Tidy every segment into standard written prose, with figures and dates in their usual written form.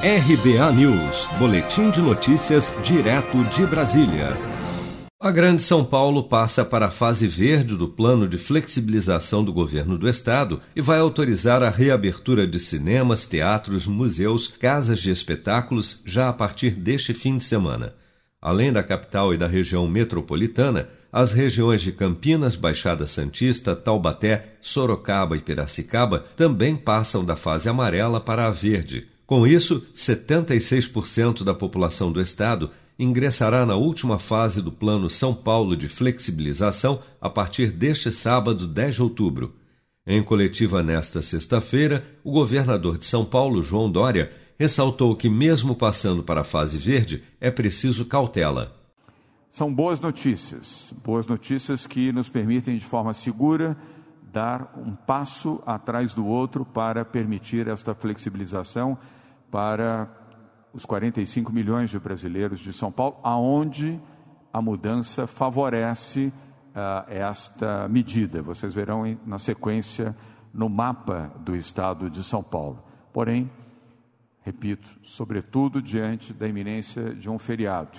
RBA News, boletim de notícias direto de Brasília. A Grande São Paulo passa para a fase verde do plano de flexibilização do governo do estado e vai autorizar a reabertura de cinemas, teatros, museus, casas de espetáculos já a partir deste fim de semana. Além da capital e da região metropolitana, as regiões de Campinas, Baixada Santista, Taubaté, Sorocaba e Piracicaba também passam da fase amarela para a verde. Com isso, 76% da população do estado ingressará na última fase do Plano São Paulo de flexibilização a partir deste sábado, 10 de outubro. Em coletiva nesta sexta-feira, o governador de São Paulo, João Dória, ressaltou que, mesmo passando para a fase verde, é preciso cautela. São boas notícias que nos permitem, de forma segura, dar um passo atrás do outro para permitir esta flexibilização para os 45 milhões de brasileiros de São Paulo, aonde a mudança favorece esta medida. Vocês verão na sequência no mapa do estado de São Paulo. Porém, repito, sobretudo diante da iminência de um feriado.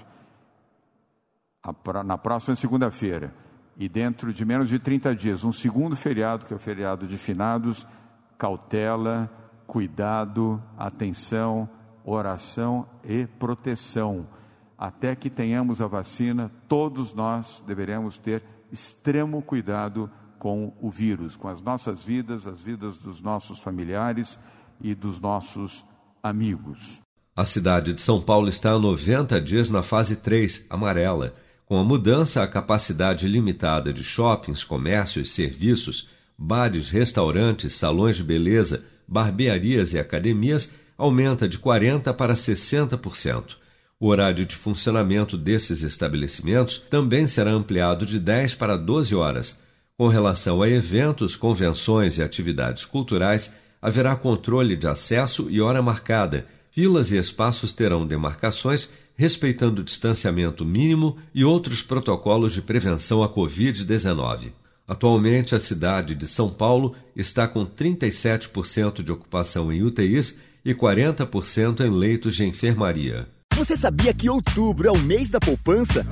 Na próxima segunda-feira, e dentro de menos de 30 dias, um segundo feriado, que é o feriado de finados, cautela, cuidado, atenção, oração e proteção. Até que tenhamos a vacina, todos nós deveremos ter extremo cuidado com o vírus, com as nossas vidas, as vidas dos nossos familiares e dos nossos amigos. A cidade de São Paulo está há 90 dias na fase 3, amarela. Com a mudança, a capacidade limitada de shoppings, comércios, serviços, bares, restaurantes, salões de beleza, barbearias e academias aumenta de 40% para 60%. O horário de funcionamento desses estabelecimentos também será ampliado de 10 para 12 horas. Com relação a eventos, convenções e atividades culturais, haverá controle de acesso e hora marcada. Filas e espaços terão demarcações, respeitando o distanciamento mínimo e outros protocolos de prevenção à Covid-19. Atualmente, a cidade de São Paulo está com 37% de ocupação em UTIs e 40% em leitos de enfermaria. Você sabia que outubro é o mês da poupança?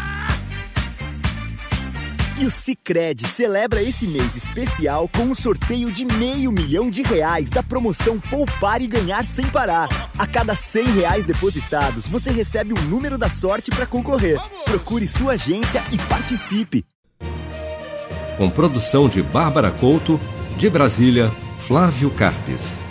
E o Sicredi celebra esse mês especial com um sorteio de R$500 mil da promoção Poupar e Ganhar Sem Parar. A cada R$100 depositados, você recebe um número da sorte para concorrer. Procure sua agência e participe. Com produção de Bárbara Couto, de Brasília, Flávio Carpes.